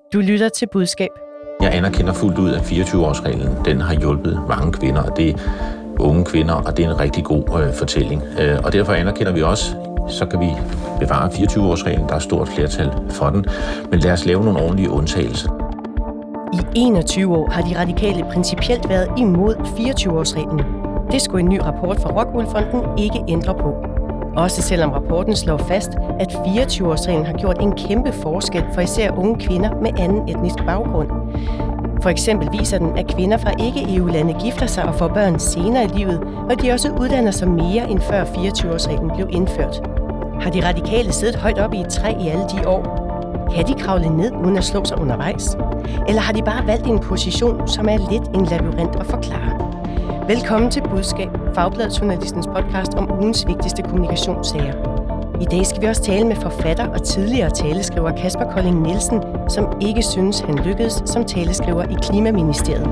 Du lytter til Budskab. Jeg anerkender fuldt ud, at 24-årsreglen den har hjulpet mange kvinder, og det er unge kvinder, og det er en rigtig god fortælling. Og derfor anerkender vi også, så kan vi bevare 24-årsreglen, der er stort flertal for den, men lad os lave nogle ordentlige undtagelser. I 21 år har de radikale principielt været imod 24-årsreglen. Det skulle en ny rapport fra Rockwool-fonden ikke ændre på. Også selvom rapporten slår fast, at 24-årsreglen har gjort en kæmpe forskel for især unge kvinder med anden etnisk baggrund. For eksempel viser den, at kvinder fra ikke-EU-lande gifter sig og får børn senere i livet, og de også uddanner sig mere end før 24-årsreglen blev indført. Har de radikale siddet højt oppe i et træ i alle de år? Kan de kravle ned uden at slå sig undervejs? Eller har de bare valgt en position, som er lidt en labyrint at forklare? Velkommen til Budskab, Fagbladet Journalistens podcast om ugens vigtigste kommunikationssager. I dag skal vi også tale med forfatter og tidligere taleskriver Kasper Colling Nielsen, som ikke synes, han lykkedes som taleskriver i Klimaministeriet.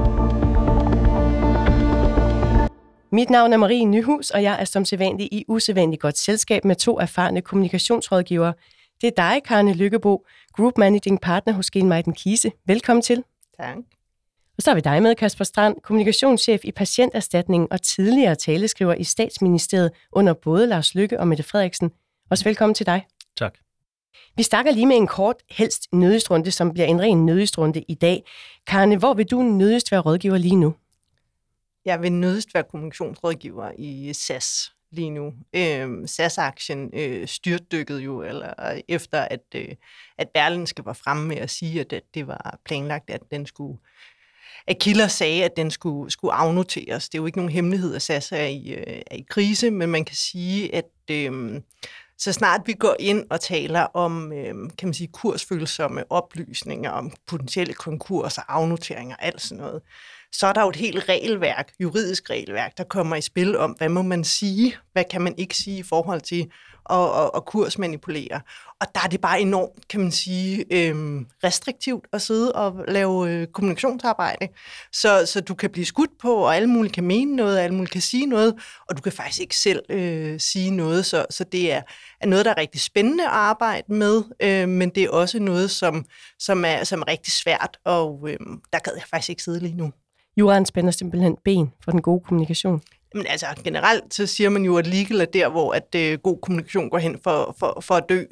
Mit navn er Marie Nyhus, og jeg er som sædvanlig i usædvanligt godt selskab med to erfarne kommunikationsrådgivere. Det er dig, Karne Lykkebo, Group Managing Partner hos Geelmuyden Kiese. Velkommen til. Tak. Og så er vi dig med, Kasper Strand, kommunikationschef i Patienterstatningen og tidligere taleskriver i Statsministeriet under både Lars Løkke og Mette Frederiksen. Også velkommen til dig. Tak. Vi starter lige med en kort, helst nødistrunde, som bliver en ren nødistrunde i dag. Karne, hvor vil du nødigst være rådgiver lige nu? Jeg vil nødigst være kommunikationsrådgiver i SAS lige nu. SAS-aktien styrtdykkede jo, eller efter at Berlingske var fremme med at sige, at det var planlagt, at den skulle... At kilder sagde, at den skulle afnoteres. Det er jo ikke nogen hemmelighed, at SAS er i krise, men man kan sige, at så snart vi går ind og taler om kan man sige, kursfølsomme oplysninger om potentielle konkurser, afnoteringer og alt sådan noget, så er der jo et helt regelværk, juridisk regelværk, der kommer i spil om, hvad må man sige, hvad kan man ikke sige i forhold til at kursmanipulere. Og der er det bare enormt, kan man sige, restriktivt at sidde og lave kommunikationsarbejde. Så du kan blive skudt på, og alle mulige kan mene noget, og alle mulige kan sige noget, og du kan faktisk ikke selv sige noget. Så det er noget, der er rigtig spændende at arbejde med, men det er også noget, som er rigtig svært, og der gad jeg faktisk ikke sidde lige nu. Juraen spænder simpelthen ben for den gode kommunikation. Men altså generelt så siger man jo, at legal er der, hvor at god kommunikation går hen for at dø.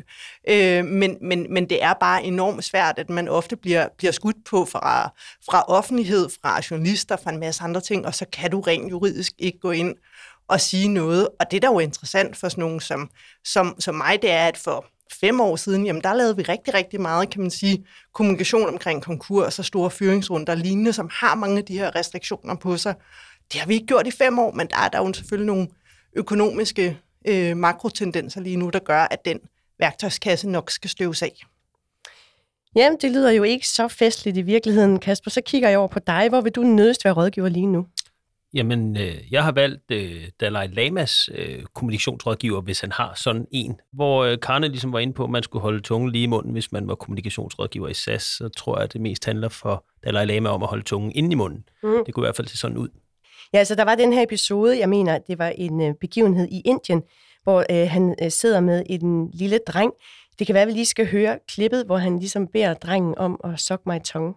Men det er bare enormt svært, at man ofte bliver skudt på fra offentlighed, fra journalister, fra en masse andre ting, og så kan du rent juridisk ikke gå ind og sige noget. Og det, der er jo interessant for sådan nogen som mig, det er, at for 5 år siden, jamen der lavede vi rigtig, rigtig meget, kan man sige, kommunikation omkring konkurs og store fyringsrunder og lignende, som har mange af de her restriktioner på sig. Det har vi ikke gjort i 5 år, men der er jo selvfølgelig nogle økonomiske makrotendenser lige nu, der gør, at den værktøjskasse nok skal støves af. Jamen, det lyder jo ikke så festligt i virkeligheden, Kasper. Så kigger jeg over på dig. Hvor vil du nødigst være rådgiver lige nu? Jamen, jeg har valgt Dalai Lamas kommunikationsrådgiver, hvis han har sådan en. Hvor Karne ligesom var inde på, at man skulle holde tungen lige i munden, hvis man var kommunikationsrådgiver i SAS. Så tror jeg, at det mest handler for Dalai Lama om at holde tungen inde i munden. Det kunne i hvert fald se sådan ud. Ja, så der var den her episode, jeg mener, det var en begivenhed i Indien, hvor han sidder med en lille dreng. Det kan være, at vi lige skal høre klippet, hvor han ligesom beder drengen om at suck my tongue.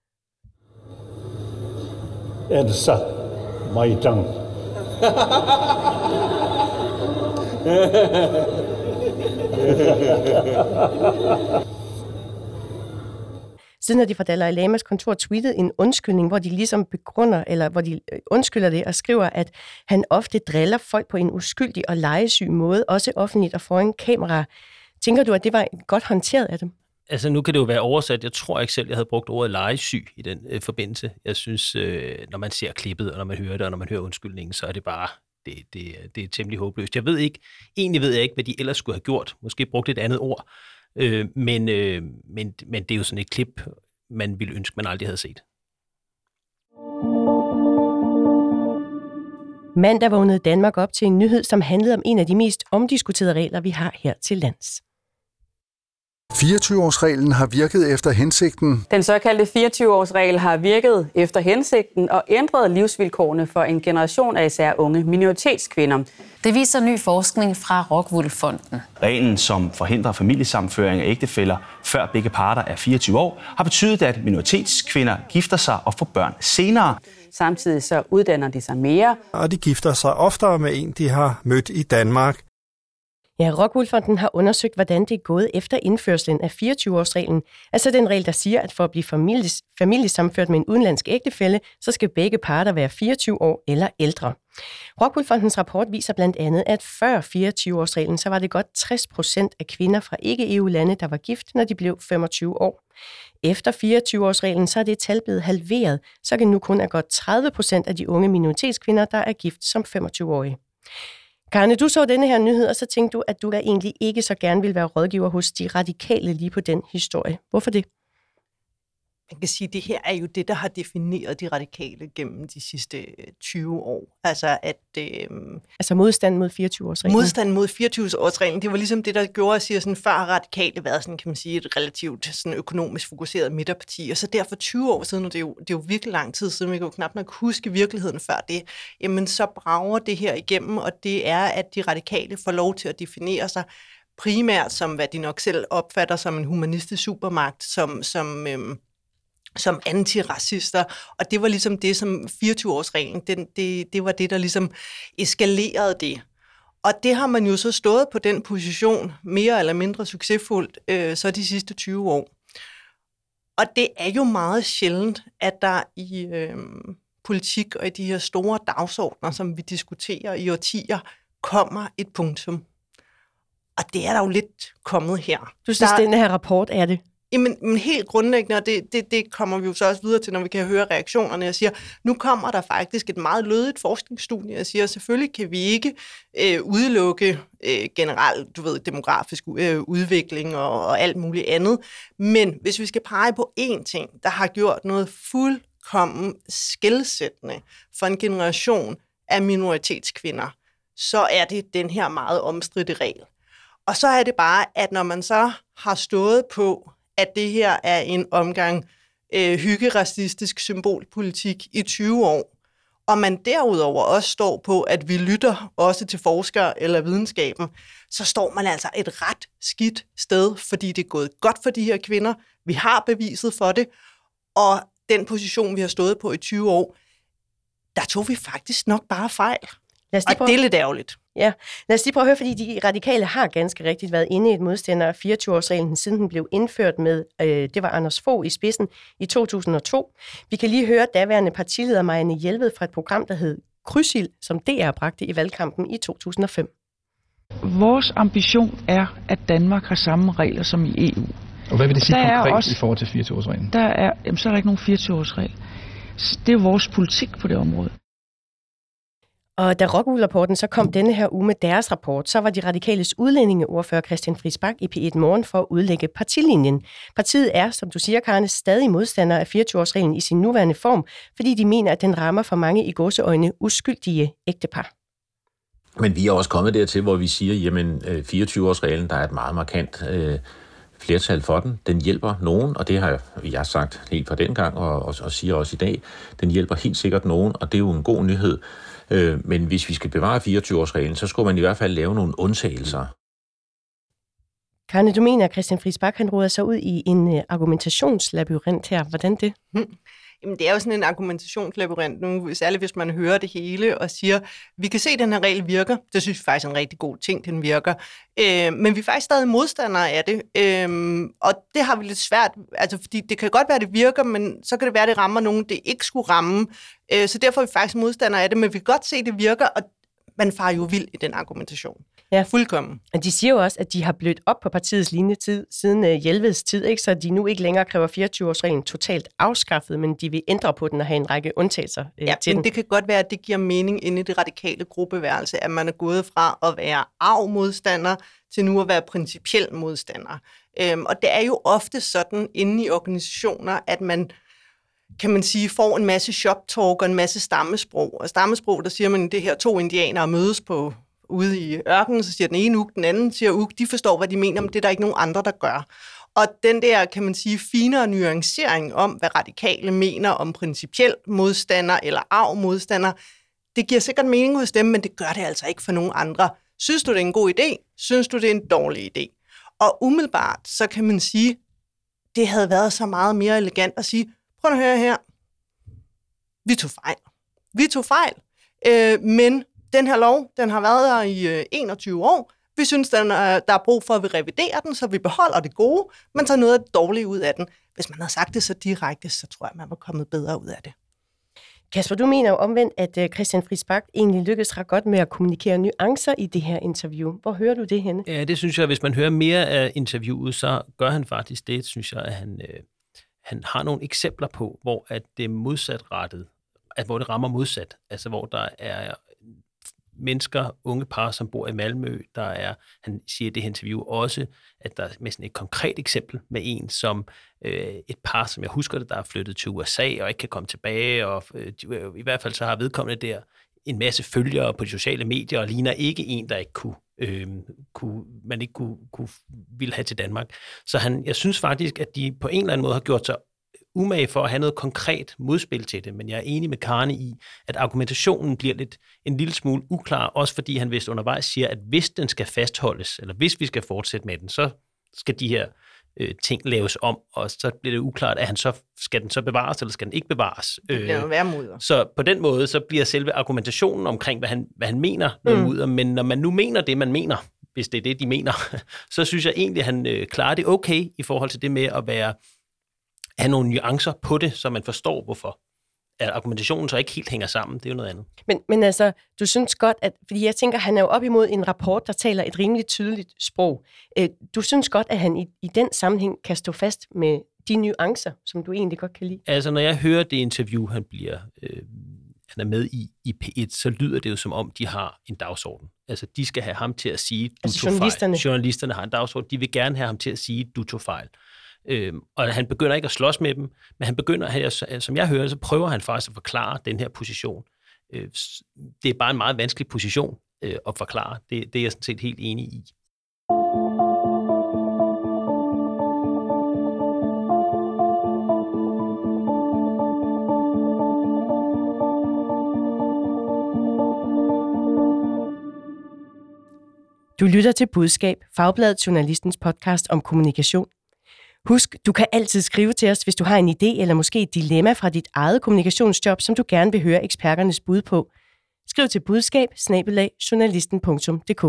Elsa, my tongue. Siden har de fra Dalai Lamas kontor tweetet en undskyldning, hvor de ligesom begrunder, eller hvor de undskylder det og skriver, at han ofte driller folk på en uskyldig og legesyg måde, også offentligt og foran kamera. Tænker du, at det var godt håndteret af dem? Altså nu kan det jo være oversat. Jeg tror ikke selv, jeg havde brugt ordet legesyg i den forbindelse. Jeg synes, når man ser klippet, og når man hører det, og når man hører undskyldningen, så er det bare, det er temmelig håbløst. Egentlig ved jeg ikke, hvad de ellers skulle have gjort. Måske brugt et andet ord. Men det er jo sådan et klip, man ville ønske, man aldrig havde set. Mandag vågnede Danmark op til en nyhed, som handlede om en af de mest omdiskuterede regler, vi har her til lands. 24-årsreglen har virket efter hensigten. Den såkaldte 24-årsregel har virket efter hensigten og ændret livsvilkårene for en generation af især unge minoritetskvinder. Det viser ny forskning fra Rockwool Fonden. Reglen, som forhindrer familiesammenføring af ægtefæller før begge parter er 24 år, har betydet, at minoritetskvinder gifter sig og får børn senere. Samtidig så uddanner de sig mere. Og de gifter sig oftere med en, de har mødt i Danmark. Ja, Rockwool Fonden har undersøgt, hvordan det er gået efter indførslen af 24-årsreglen. Altså den regel, der siger, at for at blive familiesammenført med en udenlandsk ægtefælle, så skal begge parter være 24 år eller ældre. Rockwool Fondens rapport viser blandt andet, at før 24-årsreglen, så var det godt 60% af kvinder fra ikke-EU-lande, der var gift, når de blev 25 år. Efter 24-årsreglen, så er det tal blevet halveret, så kan nu kun er godt 30% af de unge minoritetskvinder, der er gift som 25-årige. Karne, du så denne her nyhed, og så tænkte du, at du da egentlig ikke så gerne ville være rådgiver hos de radikale lige på den historie. Hvorfor det? Man kan sige, at det her er jo det, der har defineret de radikale gennem de sidste 20 år. Altså modstand mod 24-årsreglen? Modstand mod 24-årsreglen, det var ligesom det, der gjorde, at sige, sådan, før har radikale været sådan, kan man sige, et relativt sådan, økonomisk fokuseret midterparti. Og så derfor 20 år siden, og det er jo virkelig lang tid siden, vi kan jo knap nok huske virkeligheden før det, jamen så brager det her igennem, og det er, at de radikale får lov til at definere sig primært som, hvad de nok selv opfatter som en humanistisk supermagt, som antiracister, og det var ligesom det, som 24-årsreglen, det var det, der ligesom eskalerede det. Og det har man jo så stået på den position, mere eller mindre succesfuldt, så de sidste 20 år. Og det er jo meget sjældent, at der i politik og i de her store dagsordner, som vi diskuterer i årtier, kommer et punktum. Og det er der jo lidt kommet her. Du synes, den her rapport er det? Jamen helt grundlæggende, og det kommer vi jo så også videre til, når vi kan høre reaktionerne. Jeg siger, nu kommer der faktisk et meget lødigt forskningsstudie. Jeg siger, selvfølgelig kan vi ikke udelukke generelt, demografisk udvikling og alt muligt andet. Men hvis vi skal pege på én ting, der har gjort noget fuldkommen skelsættende for en generation af minoritetskvinder, så er det den her meget omstridte regel. Og så er det bare, at når man så har stået på, at det her er en omgang hyggeracistisk symbolpolitik i 20 år, og man derudover også står på, at vi lytter også til forskere eller videnskaben, så står man altså et ret skidt sted, fordi det er gået godt for de her kvinder. Vi har beviset for det, og den position, vi har stået på i 20 år, der tog vi faktisk nok bare fejl. Og det er lidt ærgerligt. Ja, lad os lige prøve at høre, fordi de radikale har ganske rigtigt været inde i et modstander af 24-årsreglen, siden den blev indført med, det var Anders Fogh i spidsen i 2002. Vi kan lige høre daværende partileder Marianne Jelved fra et program, der hed Krydsild, som DR bragte i valgkampen i 2005. Vores ambition er, at Danmark har samme regler som i EU. Og hvad vil det sige konkret også, i forhold til 24-årsreglen? Så er der ikke nogen 24-årsregel. Det er jo vores politik på det område. Og da Rockwool-rapporten så kom denne her uge med deres rapport, så var de radikales udlændingeordfører Christian Friis Bach i P1 Morgen for at udlægge partilinjen. Partiet er, som du siger, Karne, stadig modstander af 24-årsreglen i sin nuværende form, fordi de mener, at den rammer for mange i gåseøjne uskyldige ægtepar. Men vi er også kommet dertil, hvor vi siger, jamen 24-årsreglen, der er et meget markant flertal for den. Den hjælper nogen, og det har jeg sagt helt fra dengang og siger også i dag. Den hjælper helt sikkert nogen, og det er jo en god nyhed. Men hvis vi skal bevare 24-årsreglen, så skulle man i hvert fald lave nogle undtagelser. Karne, du mener, at Christian Friis Bach, han råder sig ud i en argumentationslabyrint her. Hvordan det? Jamen, det er jo sådan en argumentationslabyrint nu, særligt hvis man hører det hele og siger, vi kan se, at den her regel virker. Det synes vi faktisk er en rigtig god ting, den virker. Men vi er faktisk stadig modstandere af det. Og det har vi lidt svært, altså fordi det kan godt være, at det virker, men så kan det være, at det rammer nogen, det ikke skulle ramme. Så derfor er vi faktisk modstandere af det, men vi kan godt se, at det virker, og man farer jo vild i den argumentation. Ja, fuldkommen. Og de siger jo også, at de har blødt op på partiets linjetid siden Jelveds tid, ikke? Så de nu ikke længere kræver 24-årsreglen totalt afskaffet, men de vil ændre på den og have en række undtagelser til den. Det kan godt være, at det giver mening inde i det radikale gruppeværelse, at man er gået fra at være arv-modstander til nu at være principiel modstander. Og det er jo ofte sådan inde i organisationer, at man kan man sige, får en masse shop-talk og en masse stammesprog. Og stammesprog, der siger man, det her 2 indianere mødes på ude i ørkenen, så siger den ene ug, den anden siger ug. De forstår, hvad de mener, men det er der ikke nogen andre, der gør. Og den der, kan man sige, finere nuancering om, hvad radikale mener om principiel modstander eller arv modstander, det giver sikkert mening hos dem, men det gør det altså ikke for nogen andre. Synes du, det er en god idé? Synes du, det er en dårlig idé? Og umiddelbart, så kan man sige, det havde været så meget mere elegant at sige, prøv at høre her, vi tog fejl. Men den her lov, den har været der i 21 år. Vi synes, der er brug for, at vi reviderer den, så vi beholder det gode, men tager noget af det dårlige ud af den. Hvis man havde sagt det så direkte, så tror jeg, man var kommet bedre ud af det. Kasper, du mener jo omvendt, at Christian Friis Bach egentlig lykkedes ret godt med at kommunikere nuancer i det her interview. Hvor hører du det henne? Ja, det synes jeg, hvis man hører mere af interviewet, så gør han faktisk det, synes jeg, at han har nogle eksempler på, hvor at det er modsatrettet, hvor det rammer modsat. Altså, hvor der er mennesker, unge par, som bor i Malmø, han siger i det her interview også, at der er næsten et konkret eksempel med en, som et par, som jeg husker det, der er flyttet til USA og ikke kan komme tilbage, og i hvert fald så har vedkommende der en masse følgere på de sociale medier, og ligner ikke en, der ikke ville have til Danmark. Så jeg synes faktisk, at de på en eller anden måde har gjort sig umage for at have noget konkret modspil til det, men jeg er enig med Karne i, at argumentationen bliver en lille smule uklar, også fordi han vist undervejs siger, at hvis den skal fastholdes, eller hvis vi skal fortsætte med den, så skal de her ting laves om, og så bliver det uklart, at skal den så bevares, eller skal den ikke bevares? Det bliver noget værre mudder. Så på den måde, så bliver selve argumentationen omkring, hvad han mener, noget mudder, men når man nu mener det, man mener, hvis det er det, de mener, så synes jeg egentlig, at han klarer det okay i forhold til det med at have nogle nuancer på det, så man forstår, hvorfor at argumentationen så ikke helt hænger sammen. Det er jo noget andet. Men altså, du synes godt, fordi jeg tænker, han er jo op imod en rapport, der taler et rimelig tydeligt sprog. Du synes godt, at han i den sammenhæng kan stå fast med de nuancer, som du egentlig godt kan lide? Altså, når jeg hører det interview, han er med i P1, så lyder det jo som om, de har en dagsorden. Altså, de skal have ham til at sige, du tog fejl. Journalisterne har en dagsorden. De vil gerne have ham til at sige, du tog fejl. Og han begynder ikke at slås med dem, men han begynder, som jeg hører, så prøver han faktisk at forklare den her position. Det er bare en meget vanskelig position at forklare. Det er jeg sådan set helt enig i. Du lytter til Budskab, Fagbladet Journalistens podcast om kommunikation. Husk, du kan altid skrive til os, hvis du har en idé eller måske et dilemma fra dit eget kommunikationsjob, som du gerne vil høre eksperternes bud på. Skriv til budskab@journalisten.dk.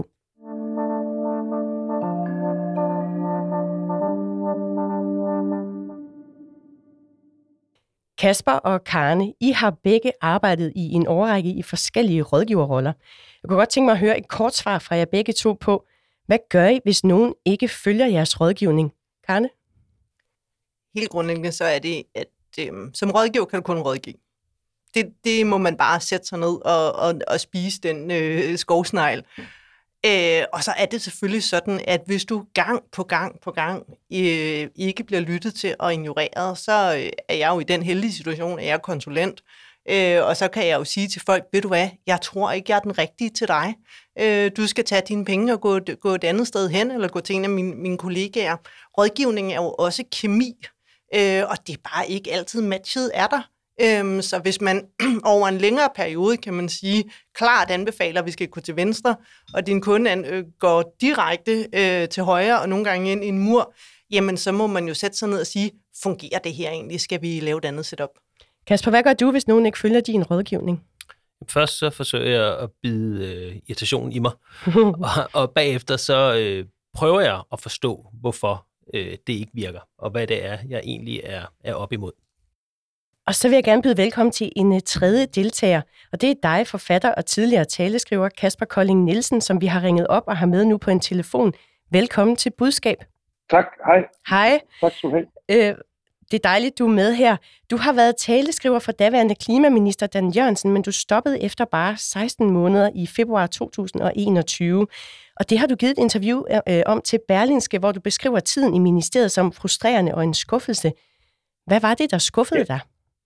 Kasper og Karne, I har begge arbejdet i en årrække i forskellige rådgiverroller. Jeg kunne godt tænke mig at høre et kort svar fra jer begge to på, hvad gør I, hvis nogen ikke følger jeres rådgivning? Karne? Helt grundlæggende så er det, at som rådgiver kan du kun rådgive. Det må man bare sætte sig ned og spise den skovsnegl. Og så er det selvfølgelig sådan, at hvis du gang på gang ikke bliver lyttet til og ignoreret, så er jeg jo i den heldige situation, at jeg er konsulent. Og så kan jeg jo sige til folk, ved du hvad, jeg tror ikke, jeg er den rigtige til dig. Du skal tage dine penge og gå et andet sted hen, eller gå til en af mine kollegaer. Rådgivning er jo også kemi, og det er bare ikke altid matchet er der. Så hvis man over en længere periode, kan man sige, klart anbefaler, at vi skal gå til venstre, og din kunde går direkte til højre, og nogle gange ind i en mur, jamen så må man jo sætte sig ned og sige, fungerer det her egentlig? Skal vi lave et andet setup? Kasper, hvad gør du, hvis nogen ikke følger din rådgivning? Først så forsøger jeg at bide irritationen i mig, og bagefter så prøver jeg at forstå, hvorfor det ikke virker, og hvad det er, jeg egentlig er op imod. Og så vil jeg gerne byde velkommen til en tredje deltager, og det er dig, forfatter og tidligere taleskriver Kasper Kolding Nielsen, som vi har ringet op og har med nu på en telefon. Velkommen til Budskab. Tak, hej. Hej. Tak skal du have. Det er dejligt, du er med her. Du har været taleskriver for daværende klimaminister Dan Jørgensen, men du stoppede efter bare 16 måneder i februar 2021. Og det har du givet et interview om til Berlingske, hvor du beskriver tiden i ministeriet som frustrerende og en skuffelse. Hvad var det, der skuffede dig?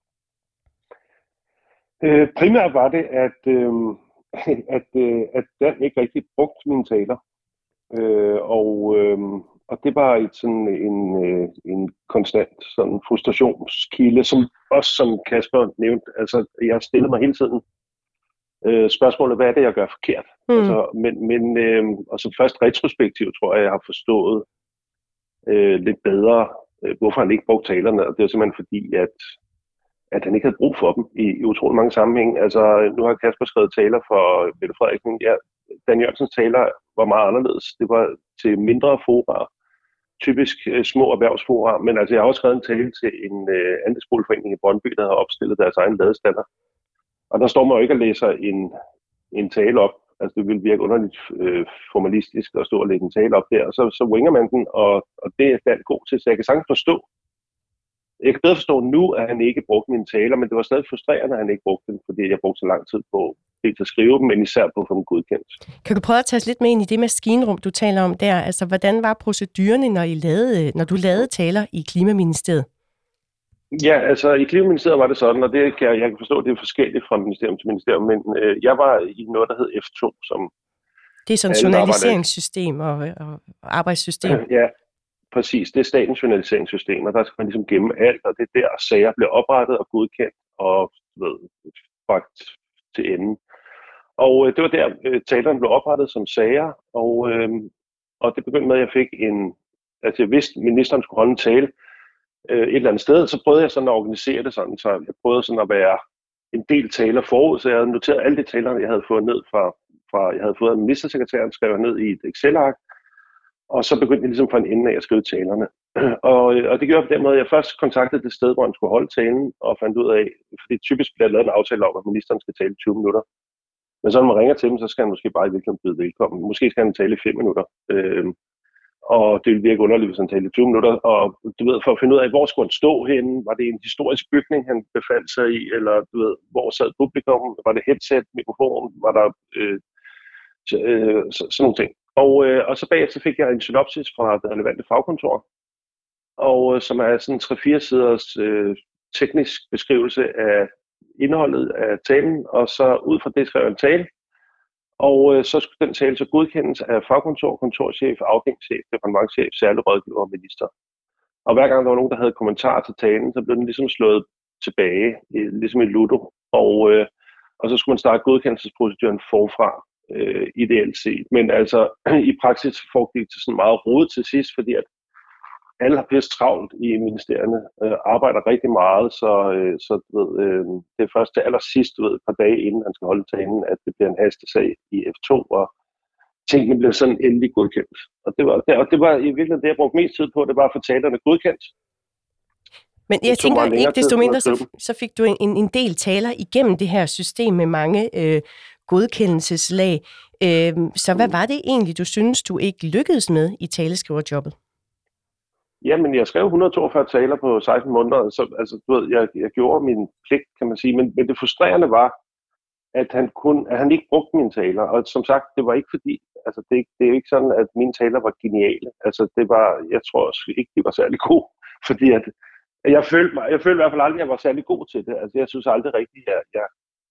Primært var det, at Dan ikke rigtig brugte mine taler. Og det var en konstant sådan frustrationskilde, som også som Kasper nævnte, altså jeg stillede mig hele tiden spørgsmålet, hvad er det, jeg gør forkert? Altså, og så først retrospektivt, tror jeg har forstået lidt bedre, hvorfor han ikke brugte talerne, og det er simpelthen fordi, at han ikke havde brug for dem i utrolig mange sammenhænge. Altså, nu har Kasper skrevet taler for Mette Frederiksen. Ja, Dan Jørgensens taler var meget anderledes. Det var til mindre fora, typisk små erhvervsfora, men altså, jeg har også skrevet en tale til en andelsboligforening i Brøndby, der har opstillet deres egen ladestander. Og der står man jo ikke og læser en tale op. Altså, det vil virke underligt formalistisk at stå og lægge en tale op der, og så winger man den, og det er Dan god til, så jeg kan sagtens forstå. Jeg kan bedre forstå nu, at han ikke brugte mine taler, men det var stadig frustrerende, at han ikke brugte dem, fordi jeg brugte så lang tid på at skrive dem, men især på at få dem godkendt. Kan du prøve at tage os lidt med ind i det maskinrum, du taler om der? Altså, hvordan var procedurerne, når du lavede taler i Klimaministeriet? Ja, altså i Klimaministeriet var det sådan, og det jeg kan forstå, det er forskelligt fra ministerium til ministerium, men jeg var i noget, der hed F2, som... Det er sådan et journaliseringssystem og arbejdssystem. Ja, præcis. Det er statens journaliseringssystem, og der skal man ligesom gemme alt, og det er der, sager bliver oprettet og godkendt og bragt til enden. Og det var der, talerne blev oprettet som sager, og det begyndte med, at jeg fik altså jeg vidste, at ministeren skulle holde en tale et eller andet sted, så prøvede jeg sådan at organisere det sådan, så jeg prøvede sådan at være en del taler forud, så jeg havde noteret alle de talerne, jeg havde fået ned fra jeg havde fået af ministersekretæren, skrev jeg ned i et Excel-ark, og så begyndte jeg ligesom fra en ende af at skrive talerne. Og det gjorde jeg på den måde, at jeg først kontaktede det sted, hvor han skulle holde talen, og fandt ud af, fordi typisk bliver lavet en aftale om, at ministeren skal tale 20 minutter. Men så når man ringer til dem, så skal han måske bare i virkeligheden byde velkommen. Måske skal han tale i 5 minutter. Og det ville virke underligt, hvis han talte i 20 minutter. Og du ved, for at finde ud af, hvor skulle han stå henne? Var det en historisk bygning, han befandt sig i? Eller du ved, hvor sad publikum? Var det headset, mikrofon? Var der sådan nogle ting? Og så bagefter fik jeg en synopsis fra det relevante fagkontor, og som er sådan 3-4 siders teknisk beskrivelse af indholdet af talen, og så ud fra det skrev jeg en tale, og så skulle den tale så godkendes af fagkontor, kontorchef, afdelingschef, departementschef, særlig rådgiver og minister. Og hver gang der var nogen, der havde kommentarer til talen, så blev den ligesom slået tilbage, ligesom i Ludo, og så skulle man starte godkendelsesproceduren forfra. Ideelt set. Men altså i praksis foregik det sådan meget rodet til sidst, fordi at alle har pisse travlt i ministerierne, arbejder rigtig meget, så du ved, det er først til allersidst, du ved, et par dage inden han skal holde talen, at det bliver en hastesag i F2, og tingene bliver sådan endelig godkendt. Og det var i virkeligheden det, jeg brugte mest tid på, det var at få talerne godkendt. Men jeg tænker ikke desto mindre, så fik du en del taler igennem det her system med mange godkendelseslag. Så hvad var det egentlig, du synes, du ikke lykkedes med i taleskriverjobbet? Jamen, jeg skrev 142 taler på 16 måneder, så altså, du ved, jeg gjorde min pligt, kan man sige, men det frustrerende var, at han ikke brugte mine taler, og som sagt, det var ikke fordi, altså det er jo ikke sådan, at mine taler var geniale, altså det var, jeg tror også ikke, de var særlig gode, fordi at jeg følte i hvert fald aldrig, at jeg var særlig god til det, altså jeg synes aldrig rigtigt, at jeg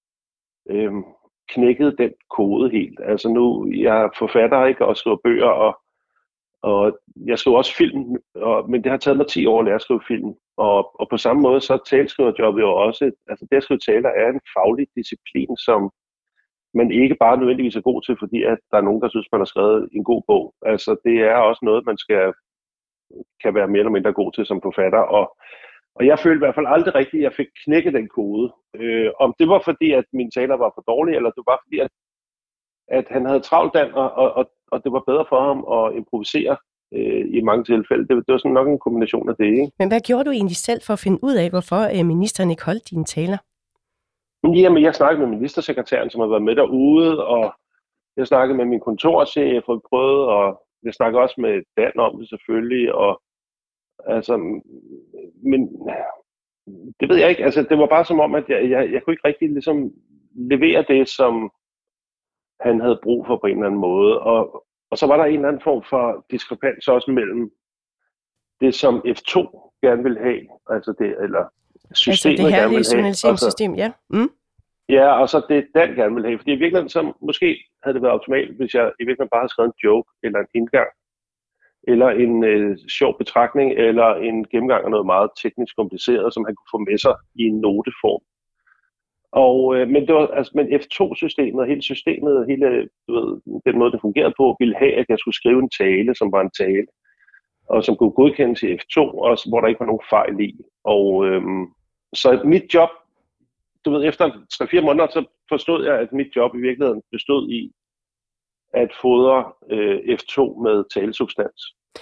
knækkede den kode helt, altså nu, jeg er forfatter, ikke, og skriver bøger, og jeg skriver også film, men det har taget mig 10 år at lære at skrive film. Og på samme måde, så taleskriverjobbet jo også, altså det at skrive taler er en faglig disciplin, som man ikke bare nødvendigvis er god til, fordi at der er nogen, der synes, man har skrevet en god bog. Altså det er også noget, man kan være mere eller mindre god til som forfatter. Og jeg følte i hvert fald aldrig rigtigt, at jeg fik knækket den kode. Om det var fordi, at mine taler var for dårlige, eller det var fordi, at han havde travlt Dan, og det var bedre for ham at improvisere i mange tilfælde. Det var sådan nok en kombination af det, ikke? Men hvad gjorde du egentlig selv for at finde ud af, hvorfor ministeren ikke holdt dine taler? Jamen, jeg snakkede med ministersekretæren, som har været med derude, og jeg snakkede med min kontorchef, og prøvede, og jeg snakkede også med Dan om det selvfølgelig, og altså, men det ved jeg ikke. Altså, det var bare som om, at jeg kunne ikke rigtig ligesom levere det, som han havde brug for på en eller anden måde. Og så var der en eller anden form for diskrepans også mellem det, som F2 gerne vil have, altså det, eller systemet altså det gerne vil have. journaliseringssystem, ja. Mm. Ja, og så det, Dan gerne vil have. Fordi i virkeligheden, så måske havde det været optimalt, hvis jeg i virkeligheden bare havde skrevet en joke eller en indgang. eller en sjov betragtning, eller en gennemgang af noget meget teknisk kompliceret, som han kunne få med sig i en noteform. Men F2-systemet, hele systemet, den måde, det fungerede på, ville have, at jeg skulle skrive en tale, som var en tale, og som kunne godkendes i F2, og hvor der ikke var nogen fejl i. Så mit job, efter 3-4 måneder, så forstod jeg, at mit job i virkeligheden bestod i at fodre F2 med talesubstans.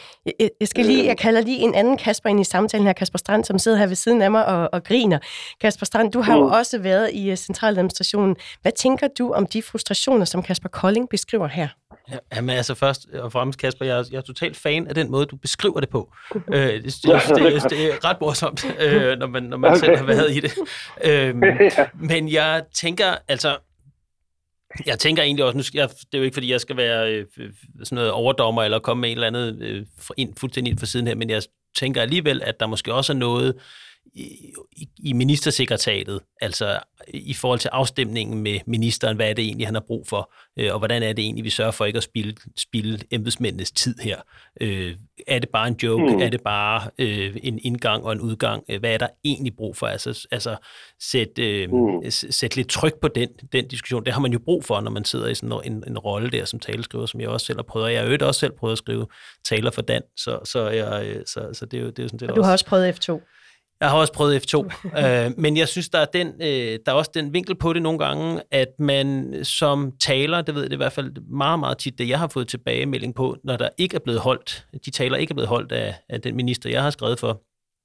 Jeg kalder lige en anden Kasper ind i samtalen her, Kasper Strand, som sidder her ved siden af mig og griner. Kasper Strand, du har jo også været i centraladministrationen. Hvad tænker du om de frustrationer, som Kasper Kolding beskriver her? Jamen altså først og fremmest, Kasper, jeg er totalt fan af den måde, du beskriver det på. Det er ret morsomt, når man selv har været i det. Men jeg tænker, egentlig også, det er jo ikke, fordi jeg skal være sådan noget overdommer, eller komme med en eller andet fuldstændig ind for siden her, men jeg tænker alligevel, at der måske også er noget i ministersekretariatet, altså i forhold til afstemningen med ministeren, hvad er det egentlig, han har brug for, og hvordan er det egentlig, vi sørger for ikke at spilde embedsmændenes tid her. Er det bare en joke? Er det bare en indgang og en udgang? Hvad er der egentlig brug for? Altså sæt lidt tryk på den diskussion. Det har man jo brug for, når man sidder i sådan en rolle der som taleskriver, som jeg også selv har prøvet. Jeg har også selv prøvet at skrive taler for Dan, så det er jo sådan det. Og du har også prøvet F2? Jeg har også prøvet F2, men jeg synes, der er også den vinkel på det nogle gange, at man som taler, det ved jeg det i hvert fald meget, meget tit, det jeg har fået tilbagemelding på, når der ikke er blevet holdt, de taler ikke er blevet holdt af den minister, jeg har skrevet for,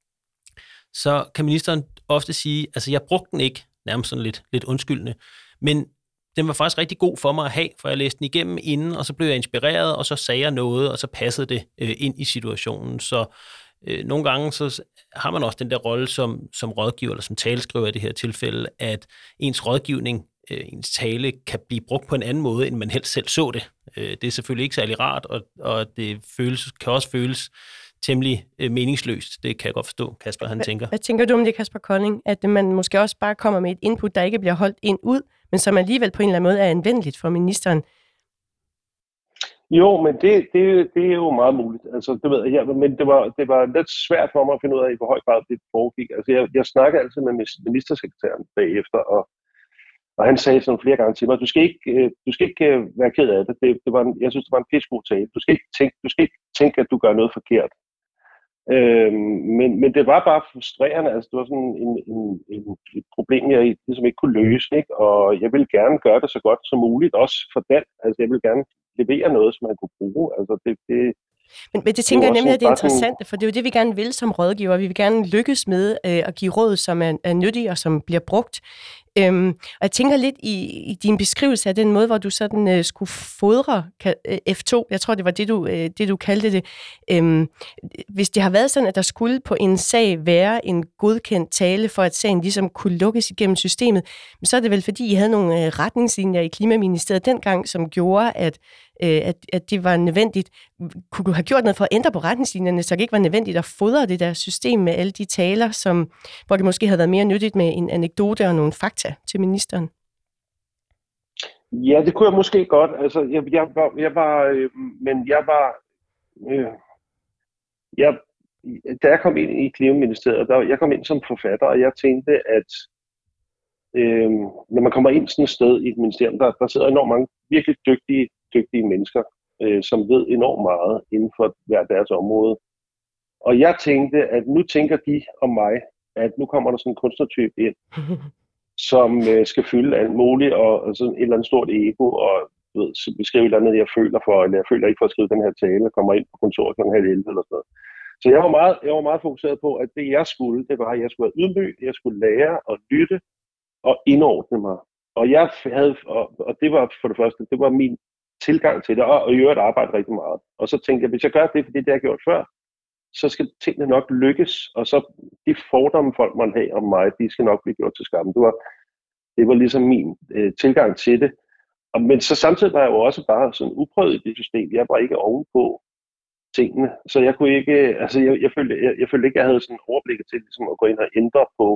så kan ministeren ofte sige, altså jeg brugte den ikke, nærmest sådan lidt undskyldende, men den var faktisk rigtig god for mig at have, for jeg læste den igennem inden, og så blev jeg inspireret, og så sagde jeg noget, og så passede det ind i situationen, så nogle gange så har man også den der rolle som rådgiver eller som taleskriver i det her tilfælde, at ens rådgivning, ens tale kan blive brugt på en anden måde, end man helst selv så det. Det er selvfølgelig ikke særlig rart, og det kan også føles temmelig meningsløst. Det kan jeg godt forstå, Kasper, han tænker. Hvad tænker du om det, Kasper Kolding? At man måske også bare kommer med et input, der ikke bliver holdt ind ud, men som alligevel på en eller anden måde er anvendeligt for ministeren? Jo, men det er jo meget muligt. Altså, det ved jeg, men det var lidt svært for mig at finde ud af, i hvor høj grad det foregik. Altså, jeg snakkede altid med ministersekretæren bagefter, og han sagde sådan flere gange til mig, du skal ikke være ked af det. Jeg synes, det var en pissegod tale. Du skal ikke tænke, at du gør noget forkert. Men det var bare frustrerende. Altså, det var sådan et problem, jeg ligesom ikke kunne løse, ikke? Og jeg ville gerne gøre det så godt som muligt, også for Dan. Altså, jeg ville gerne levere noget, som man kunne bruge. Altså, Men det tænker jeg nemlig, at det er interessant, for det er jo det, vi gerne vil som rådgiver. Vi vil gerne lykkes med at give råd, som er nyttige og som bliver brugt. Og jeg tænker lidt i din beskrivelse af den måde, hvor du sådan skulle fodre F2. Jeg tror, det var det du kaldte det. Hvis det har været sådan, at der skulle på en sag være en godkendt tale, for at sagen ligesom kunne lukkes igennem systemet, så er det vel, fordi I havde nogle retningslinjer i Klimaministeriet dengang, som gjorde, at det var nødvendigt. Kunne du have gjort noget for at ændre på retningslinjerne, så det ikke var nødvendigt at fodre det der system med alle de taler, hvor det måske havde været mere nyttigt med en anekdote og nogle fakta til ministeren? Ja, det kunne jeg måske godt. Altså, da jeg kom ind i Klimaministeriet, jeg kom ind som forfatter, og jeg tænkte, at når man kommer ind sådan et sted i et ministerium, der sidder enormt mange virkelig dygtige mennesker, som ved enormt meget inden for hver deres område. Og jeg tænkte, at nu tænker de om mig, at nu kommer der sådan en kunstnertype ind, som skal fylde alt muligt, og sådan et eller andet stort ego, og beskrive et eller andet, jeg føler for, eller jeg føler ikke for at skrive den her tale, og kommer ind på kontoret kl. 10:30 eller sådan noget. Så jeg var meget fokuseret på, at det jeg skulle, det var, at jeg skulle være ydmyg, jeg skulle lære og lytte og indordne mig. Og det var for det første, det var min tilgang til det, og i øvrigt arbejde rigtig meget. Og så tænkte jeg, hvis jeg gør det, fordi det jeg har gjort før, så skal tingene nok lykkes, og så de fordomme folk måtte have om mig, de skal nok blive gjort til skamme. Det var ligesom min tilgang til det. Men så samtidig var jeg jo også bare sådan uprøvet i det system. Jeg var ikke ovenpå tingene, så jeg kunne ikke, altså jeg følte ikke, jeg havde sådan overblik til ligesom at gå ind og ændre på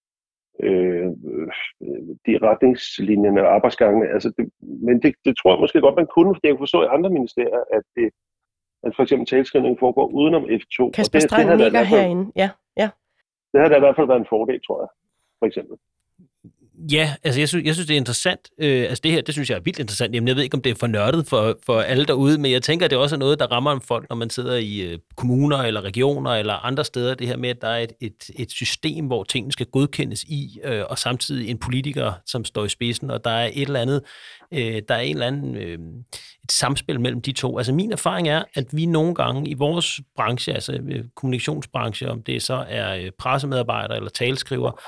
de retningslinjerne og arbejdsgangene. Altså men det tror jeg måske godt, man kunne, fordi jeg kunne forstå i andre ministerier, at at for eksempel taleskrivning foregår udenom F2. Kasper Strand nikker herinde, ja. Det havde da i hvert fald været en fordel, tror jeg, for eksempel. Ja, altså jeg synes det er interessant. Altså det her, det synes jeg er vildt interessant. Jamen, jeg ved ikke, om det er for nørdet for alle derude, men jeg tænker, at det er også noget, der rammer om folk, når man sidder i kommuner eller regioner eller andre steder. Det her med, at der er et system, hvor tingene skal godkendes i, og samtidig en politiker, som står i spidsen, og der er et eller andet, et samspil mellem de to. Altså min erfaring er, at vi nogle gange i vores branche, altså kommunikationsbranche, om det så er pressemedarbejdere eller taleskriver,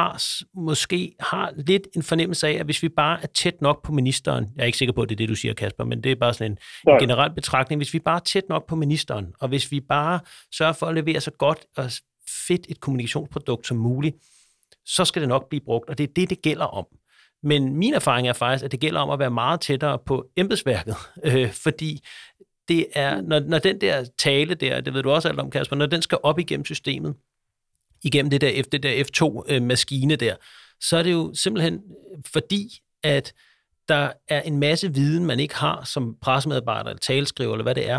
måske har lidt en fornemmelse af, at hvis vi bare er tæt nok på ministeren, jeg er ikke sikker på, at det er det, du siger, Kasper, men det er bare sådan en generel betragtning, hvis vi bare er tæt nok på ministeren, og hvis vi bare sørger for at levere så godt og fedt et kommunikationsprodukt som muligt, så skal det nok blive brugt, og det er det gælder om. Men min erfaring er faktisk, at det gælder om at være meget tættere på embedsværket, fordi det er, når den der tale der, det ved du også alt om, Kasper, når den skal op igennem systemet, igennem det der F2-maskine der, så er det jo simpelthen fordi, at der er en masse viden, man ikke har som pressemedarbejder eller taleskriver, eller hvad det er,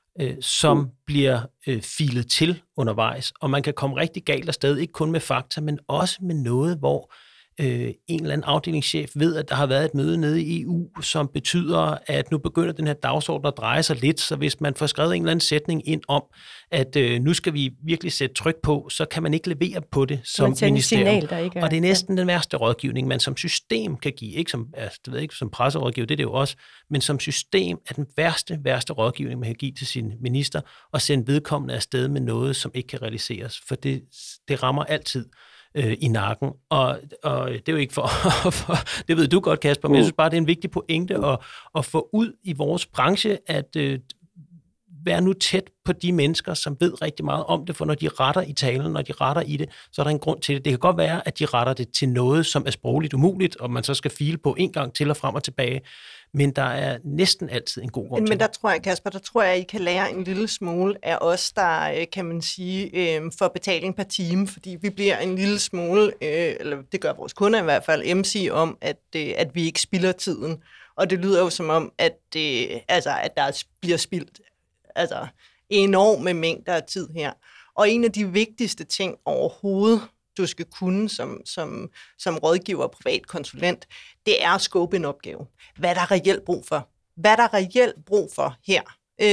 som bliver filet til undervejs, og man kan komme rigtig galt afsted, ikke kun med fakta, men også med noget, hvor en eller anden afdelingschef ved, at der har været et møde nede i EU, som betyder, at nu begynder den her dagsorden at dreje sig lidt, så hvis man får skrevet en eller anden sætning ind om, at nu skal vi virkelig sætte tryk på, så kan man ikke levere på det som ministerium. Og det er næsten den værste rådgivning, man som system kan give. Ikke som, altså, ikke som presserådgiver, det er det jo også, men som system er den værste rådgivning, man kan give til sin minister, og sende vedkommende afsted med noget, som ikke kan realiseres. For det rammer altid i nakken, og det er jo ikke for det ved du godt, Kasper, men jeg synes bare, det er en vigtig pointe at få ud i vores branche, at være nu tæt på de mennesker, som ved rigtig meget om det, for når de retter i talen, når de retter i det, så er der en grund til det. Det kan godt være, at de retter det til noget, som er sprogligt umuligt, og man så skal file på en gang til og frem og tilbage, men der er næsten altid en god grund til det. Men der tror jeg, Kasper, I kan lære en lille smule af os, der, kan man sige, får betaling per time, fordi vi bliver en lille smule, eller det gør vores kunder i hvert fald, MC om, at vi ikke spilder tiden. Og det lyder jo som om, at der bliver spildt enorme mængder af tid her. Og en af de vigtigste ting overhovedet, du skal kunne som rådgiver og privat konsulent, det er at scope en opgave. Hvad er der reelt brug for? Hvad er der reelt brug for her?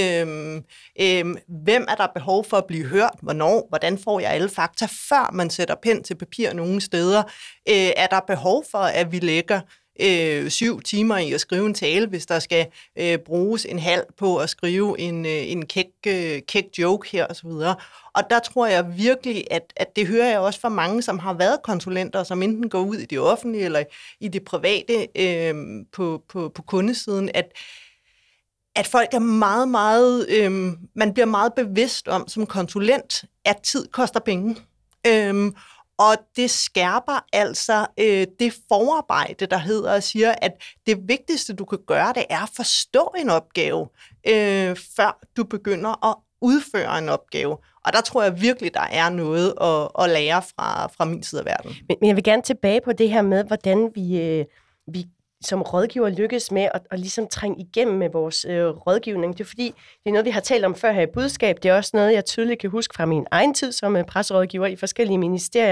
Hvem er der behov for at blive hørt? Hvornår? Hvordan får jeg alle fakta, før man sætter pen til papir nogle steder? Er der behov for, at vi lægger 7 timer i at skrive en tale, hvis der skal bruges en halv på at skrive en kæk joke her og så videre. Og der tror jeg virkelig, at det hører jeg også fra mange, som har været konsulenter, som enten går ud i det offentlige eller i det private på kundesiden, at folk er meget, meget, man bliver meget bevidst om som konsulent, at tid koster penge. Og det skærper altså det forarbejde, der hedder og siger, at det vigtigste, du kan gøre, det er at forstå en opgave, før du begynder at udføre en opgave. Og der tror jeg virkelig, der er noget at lære fra min side af verden. Men jeg vil gerne tilbage på det her med, hvordan vi som rådgiver lykkes med at ligesom trænge igennem med vores rådgivning. Det er fordi, det er noget, vi har talt om før her i budskab. Det er også noget, jeg tydeligt kan huske fra min egen tid som presserådgiver i forskellige ministerier.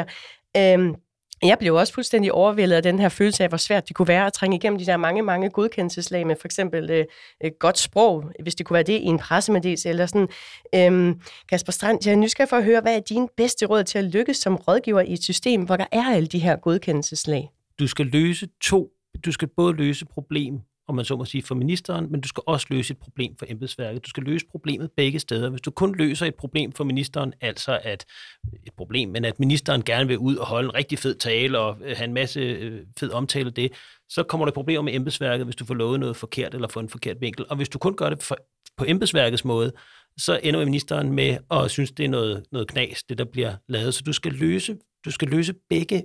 Jeg blev også fuldstændig overvældet af den her følelse af, hvor svært det kunne være at trænge igennem de der mange, mange godkendelseslag med for eksempel godt sprog, hvis det kunne være det i en pressemeddelelse eller sådan. Kasper Strand, jeg er nysgerrig for at høre, hvad er dine bedste råd til at lykkes som rådgiver i et system, hvor der er alle de her godkendelseslag? Du skal både løse problem, om man så må sige, for ministeren, men du skal også løse et problem for embedsværket. Du skal løse problemet begge steder. Hvis du kun løser et problem for ministeren, altså at ministeren gerne vil ud og holde en rigtig fed tale og have en masse fed omtale af det, så kommer der problemer med embedsværket, hvis du får lovet noget forkert eller får en forkert vinkel. Og hvis du kun gør det på embedsværkets måde, så ender ministeren med at synes, det er noget knas, det der bliver lavet. Så du skal løse begge,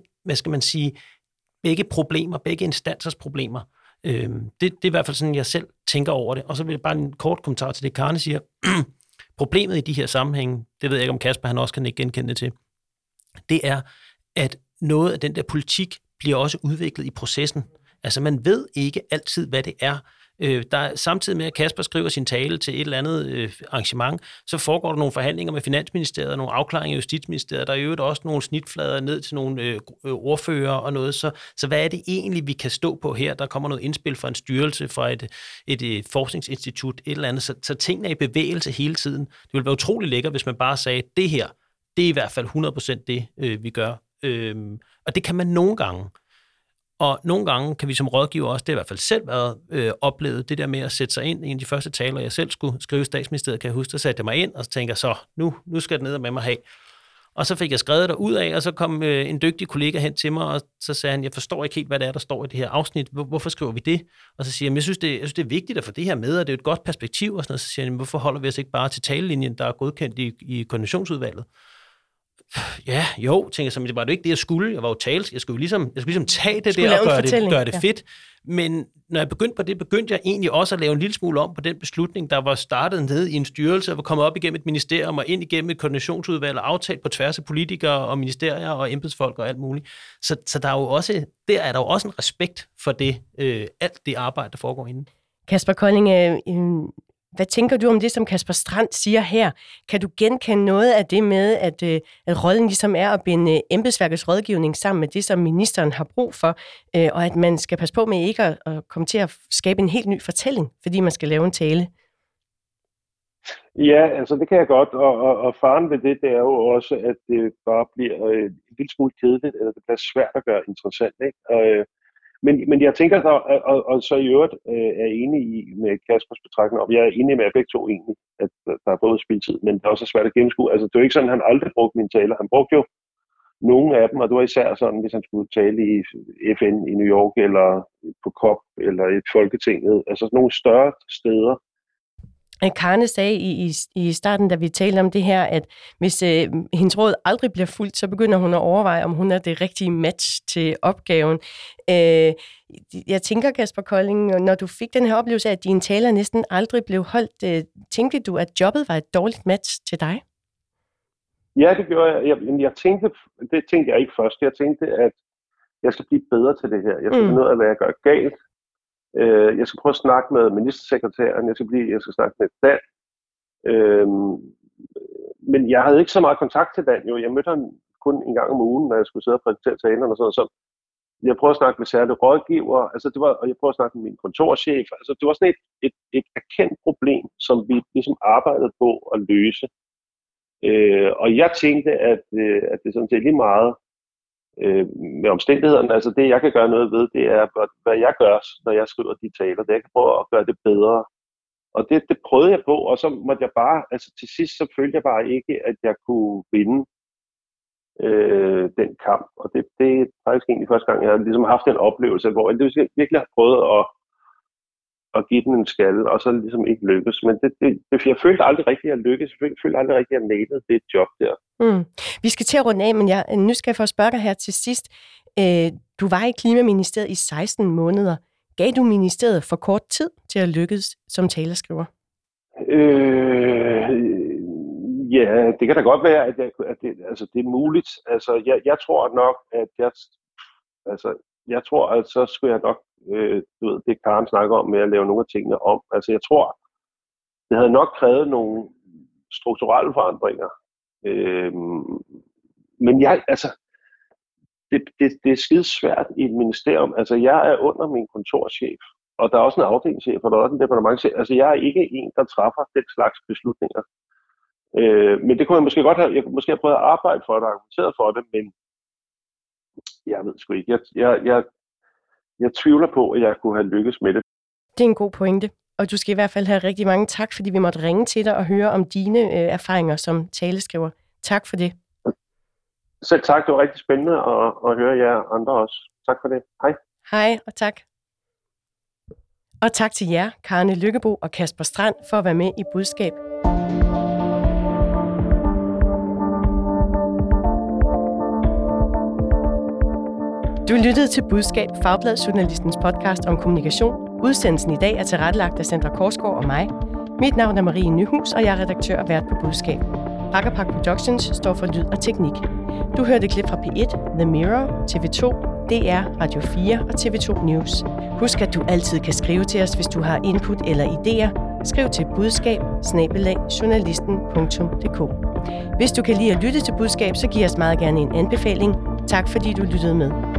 begge problemer, begge instansers problemer. Det er i hvert fald sådan, jeg selv tænker over det. Og så vil jeg bare en kort kommentar til det, Karne siger. Problemet i de her sammenhænge, det ved jeg ikke, om Kasper han også kan ikke genkende det til, det er, at noget af den der politik bliver også udviklet i processen. Altså man ved ikke altid, hvad det er, Der samtidig med, at Kasper skriver sin tale til et eller andet arrangement, så foregår der nogle forhandlinger med Finansministeriet, nogle afklaringer i Justitsministeriet, der er jo også nogle snitflader ned til nogle ordfører og noget. Så hvad er det egentlig, vi kan stå på her? Der kommer noget indspil fra en styrelse, fra et forskningsinstitut, et eller andet. Så tingene er i bevægelse hele tiden. Det ville være utrolig lækkert, hvis man bare sagde, det her, det er i hvert fald 100% det, vi gør. Og det kan man nogle gange. Og nogle gange kan vi som rådgiver også, det har i hvert fald selv været oplevet, det der med at sætte sig ind. En af de første taler, jeg selv skulle skrive i Statsministeriet, kan jeg huske, der satte jeg mig ind, og så tænker jeg så, nu skal det ned med mig have. Og så fik jeg skrevet derud af, og så kom en dygtig kollega hen til mig, og så sagde han, jeg forstår ikke helt, hvad det er, der står i det her afsnit. Hvorfor skriver vi det? Og så siger jeg, jeg synes, det er vigtigt at få det her med, og det er et godt perspektiv. Og sådan noget. Så siger han, hvorfor holder vi os ikke bare til talelinjen, der er godkendt i koordinationsudvalget? Ja, jo, tænker jeg, det var jo ikke det, jeg skulle. Jeg var jo tales. Jeg skulle ligesom tage det der og gøre det fedt. Men når jeg begyndte på det, begyndte jeg egentlig også at lave en lille smule om på den beslutning, der var startet ned i en styrelse og var kommet op igennem et ministerium og ind igennem et koordinationsudvalg og aftalt på tværs af politikere og ministerier og embedsfolk og alt muligt. Så der er jo også, der er der jo også en respekt for det, alt det arbejde, der foregår inde. Kasper Kolding, hvad tænker du om det, som Kasper Strand siger her? Kan du genkende noget af det med, at rollen ligesom er at binde embedsværkets rådgivning sammen med det, som ministeren har brug for, og at man skal passe på med ikke at komme til at skabe en helt ny fortælling, fordi man skal lave en tale? Ja, altså det kan jeg godt, og faren ved det er jo også, at det bare bliver en lille smule kedeligt, eller det bliver svært at gøre interessant, ikke? Men jeg tænker, og så i øvrigt er jeg enig med Kaspers betragtning om, jeg er enig med jer begge to egentlig, at der er både spildtid, men det er også svært at gennemskue. Altså det er jo ikke sådan, at han aldrig brugte mine taler. Han brugte jo nogle af dem, og det var især sådan, hvis han skulle tale i FN i New York, eller på COP, eller i Folketinget, altså sådan nogle større steder. Karne sagde i starten, da vi talte om det her, at hvis hendes råd aldrig bliver fuldt, så begynder hun at overveje, om hun er det rigtige match til opgaven. Jeg tænker, Kasper Kolding, når du fik den her oplevelse af, at dine taler næsten aldrig blev holdt, tænkte du, at jobbet var et dårligt match til dig? Ja, det gjorde jeg. Det tænkte jeg ikke først. Jeg tænkte, at jeg skal blive bedre til det her. Jeg skal finde ud af, hvad jeg gør galt. Jeg skal prøve at snakke med ministersekretæren, jeg skal snakke med Dan. Men jeg havde ikke så meget kontakt til Dan. Jo, jeg mødte ham kun en gang om ugen, når jeg skulle sidde og præsentere talerne og sådan noget. Så jeg prøvede at snakke med særlige rådgiver, og jeg prøvede at snakke med min kontorchef. Altså, det var sådan et erkendt problem, som vi ligesom arbejdede på at løse. Og jeg tænkte, at det sådan set lige meget med omstændighederne, altså det jeg kan gøre noget ved, det er, hvad jeg gør, når jeg skriver de taler. Det jeg kan prøve at gøre det bedre. Og det prøvede jeg på, og så måtte jeg bare, altså til sidst så følte jeg bare ikke, at jeg kunne vinde den kamp. Og det er faktisk egentlig første gang, jeg har ligesom haft en oplevelse, hvor jeg virkelig har prøvet at give den en skalle, og så ligesom ikke lykkes. Men jeg følte aldrig rigtigt, at jeg lykkedes. Jeg følte aldrig rigtigt, at jeg nailede det job der. Vi skal til at runde af, men jeg er nysgerrig for at spørge dig her til sidst. Du var i Klimaministeriet i 16 måneder. Gav du ministeriet for kort tid til at lykkes som taleskriver? Ja, det kan da godt være, at det er muligt. Altså, jeg tror nok, at jeg tror, at så skulle jeg nok, det Karen snakker om med at lave nogle af tingene om. Altså, jeg tror, det havde nok krævet nogle strukturelle forandringer. Men det er skide svært i et ministerium. Altså, jeg er under min kontorchef, og der er også en afdelingschef, og der er også en departementschef. Altså, jeg er ikke en, der træffer den slags beslutninger. Men det kunne jeg måske godt have. Jeg kunne måske have prøvet at arbejde for det og argumenteret for det, men jeg ved sgu ikke. Jeg tvivler på, at jeg kunne have lykkes med det. Det er en god pointe. Og du skal i hvert fald have rigtig mange tak, fordi vi måtte ringe til dig og høre om dine erfaringer som taleskriver. Tak for det. Selv tak. Det var rigtig spændende at høre jer andre også. Tak for det. Hej. Hej, og tak. Og tak til jer, Karne Lykkebo og Kasper Strand, for at være med i Budskab. Du lyttede til Budskab, Fagbladet-journalistens podcast om kommunikation. Udsendelsen i dag er tilrettelagt af Sandra Korsgaard og mig. Mit navn er Marie Nyhus, og jeg er redaktør og vært på Budskab. Pakkerpak Productions står for lyd og teknik. Du hørte klip fra P1, The Mirror, TV2, DR, Radio 4 og TV2 News. Husk, at du altid kan skrive til os, hvis du har input eller idéer. Skriv til budskab@journalisten.dk. Hvis du kan lide at lytte til Budskab, så giv os meget gerne en anbefaling. Tak fordi du lyttede med.